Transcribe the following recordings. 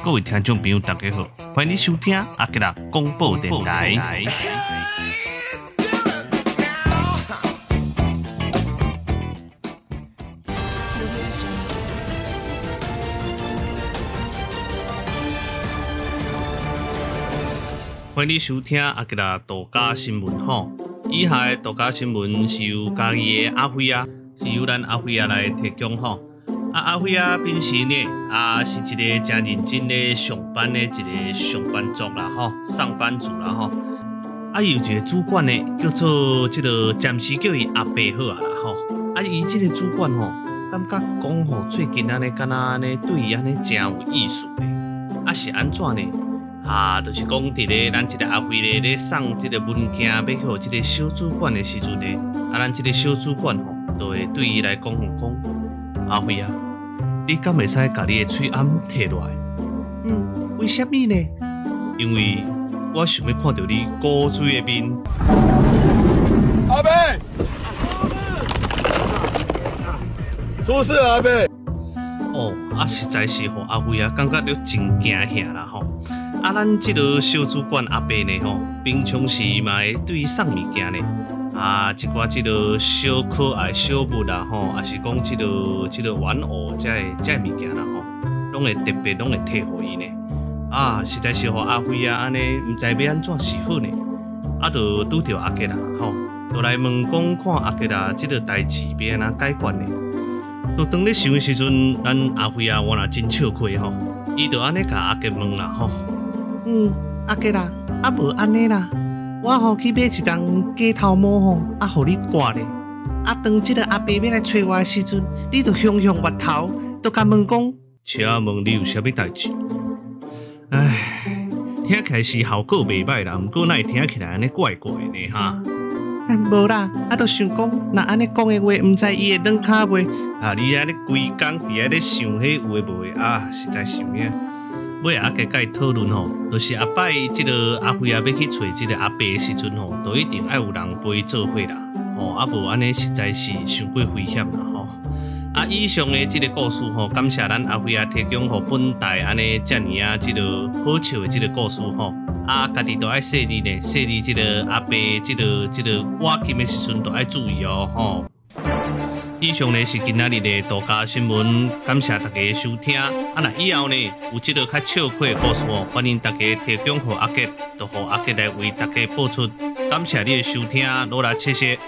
各位听众朋友，大家好，欢迎你收听阿吉拉广播电台。欢迎你收听阿吉拉独家新闻吼。以下的独家新闻是由家己的阿辉啊，是由咱阿辉啊来提供吼。阿辉啊，平时呢是一个真认真咧上班的一个上班族啦吼，上班族啦吼。有一个主管呢叫做暂时叫伊阿伯好啊啦吼。伊这个主管吼，感觉讲吼最近安尼敢若安尼对伊安尼真有意思咧。是安怎呢？就是讲伫咧咱这个阿辉咧送这个文件要去互这个小主管的时阵呢，咱这个小主管吼，就会对伊来讲阿辉啊，你敢会使甲你的喙暗摕落来？为什么呢？因为我想要看到你古锥的面。 阿伯，出事了，阿伯。 实在是吼阿辉啊，感觉到真惊吓啦吼。咱这个小主管阿伯呢吼，平常时嘛会对伊送物件呢。一寡这个小可爱小物啊吼，也是讲这个玩偶这物件啦吼，拢会特别拢会摕互伊呢。实在是互阿辉啊安尼，唔知要安怎是好呢。就拄着阿吉啦吼，就来问讲看阿吉啦这个代志要安怎解决呢？就当咧想的时阵，咱阿辉啊，我若真笑亏吼，伊就安尼甲阿吉问啦吼。阿吉啦，无安尼啦。我去买一丛鸡头毛吼，互你挂咧。当这个阿伯要来找我的时阵，你就向挖头，就甲问讲，请问你有啥物代志？听起来是效果袂歹啦，毋过哪会听起来安尼怪怪的呢哈？无啦，就想讲，若安尼讲的话，毋知伊会软脚袂？你安尼规工伫咧想迄有诶无诶实在是咩？尾阿吉甲伊讨论吼，就是下摆这个阿辉啊要去找这个阿伯的时阵吼，就一定要有人陪伊做伙啦。无安尼实在是伤过危险啦吼。以上的这个故事吼，感谢咱阿辉啊提供互本台安尼遮尔这个好笑的这个故事吼。家己都爱细腻呢，细腻这个阿伯这个挖金的时阵都爱注意吼。以上呢是今仔日的独家新闻，感谢大家的收听。以后呢有这个较笑亏的故事哦，欢迎大家提供给阿吉，就让阿吉来为大家播出。感谢你的收听，罗拉谢谢。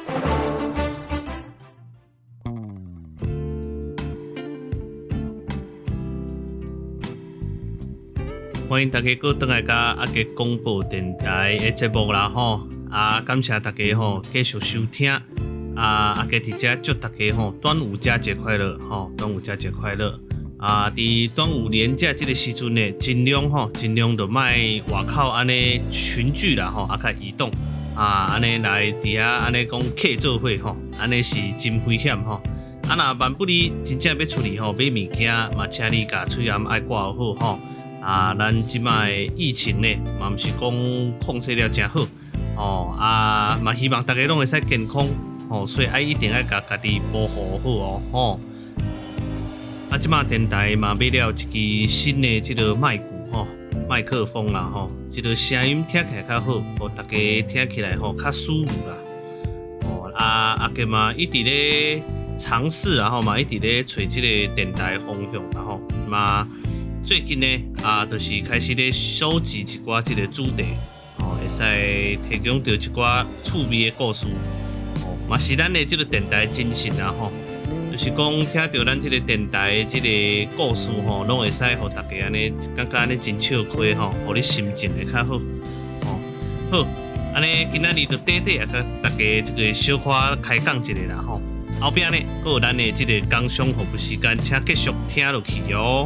欢迎大家又回来甲阿吉广播电台的节目啦吼。感谢大家吼继续收听。阿吉伫遮祝大家吼端午佳节快乐吼！端午佳节快乐！伫端午连假这个时阵呢，尽量就卖外口安尼群聚啦吼，较移动安尼来伫遐安尼讲客做伙吼，安尼是真危险吼。若万不离真正要出去吼买物件，嘛请你甲喙暗爱挂好吼。咱即摆疫情呢，嘛毋是讲控制了真好嘛希望大家拢会使健康。所以一定要甲家己保护好哦即马电台嘛买了一支新的这个麦克麦克风啦这个声音听起来较好，互大家听起来较舒服啦阿吉嘛一直咧尝试啦嘛一直咧找这个电台方向啦嘛最近呢就是开始咧收集一寡这个主题会使提供到一寡趣味的故事。嘛是咱的这个电台精神啊就是讲听到咱这个电台的这个故事拢会使互大家安尼感觉安尼真笑亏互你心情会较好好，安尼今仔日就短啊，甲大家这个小可开讲一下啦后边呢，还有咱的这个工商服务时间，请继续听落去哦。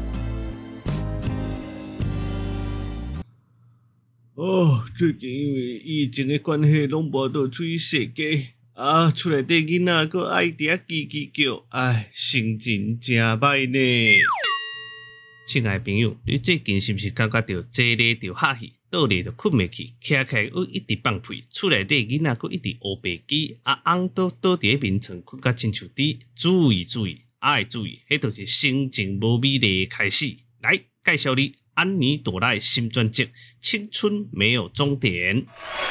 最近因为疫情的关系，拢无倒出去踅街。厝内底囡仔佫爱伫遐叽叽叫，心情真歹呢。亲爱的朋友，你最近是毋是感觉到坐咧就哈气，倒咧就困袂去，徛起来又一直放屁，厝内底囡仔佫一直乌白鸡，翁倒伫咧眠床困甲真像猪。注意注意，爱注意，迄就是心情无美丽的开始。来， 介绍你安妮朵拉的新专辑《青春没有终点》。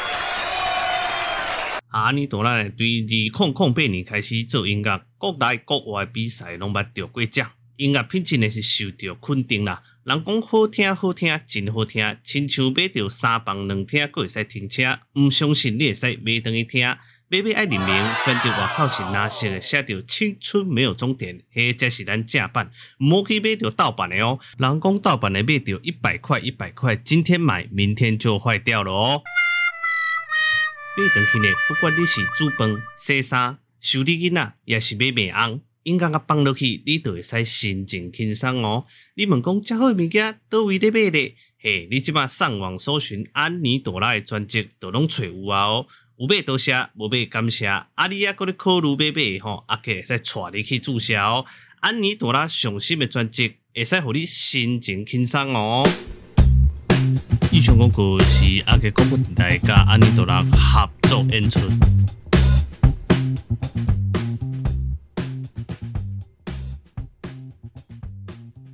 安妮朵拉对2008年开始做音乐，国内国外比赛拢捌得过奖，音乐品质呢是受到肯定啦。人讲好听好听，真好听，亲像买到3房2厅，阁会使停车，唔相信你会使买回去听。买爱零零专辑外口是蓝色的，写着青春没有终点，迄才是咱正版，唔好去买到盗版的哦。人讲盗版的买到100块，今天买明天就坏掉了哦。买回去呢，不管你是煮饭、洗衫、修理囡仔，也是买麦红，音乐啊放落去，你就会使心情轻松哦。你问讲遮好物件，倒位咧买咧？嘿，你即马上网搜寻安妮朵拉的专辑，就拢找有啊哦。有买多谢，无买感谢。你还搁咧考虑买的吼，可会使带你去注销哦。安妮朵拉上新的专辑，会使互你心情轻松哦。以上广告是广播电台甲安妮朵拉合作演出。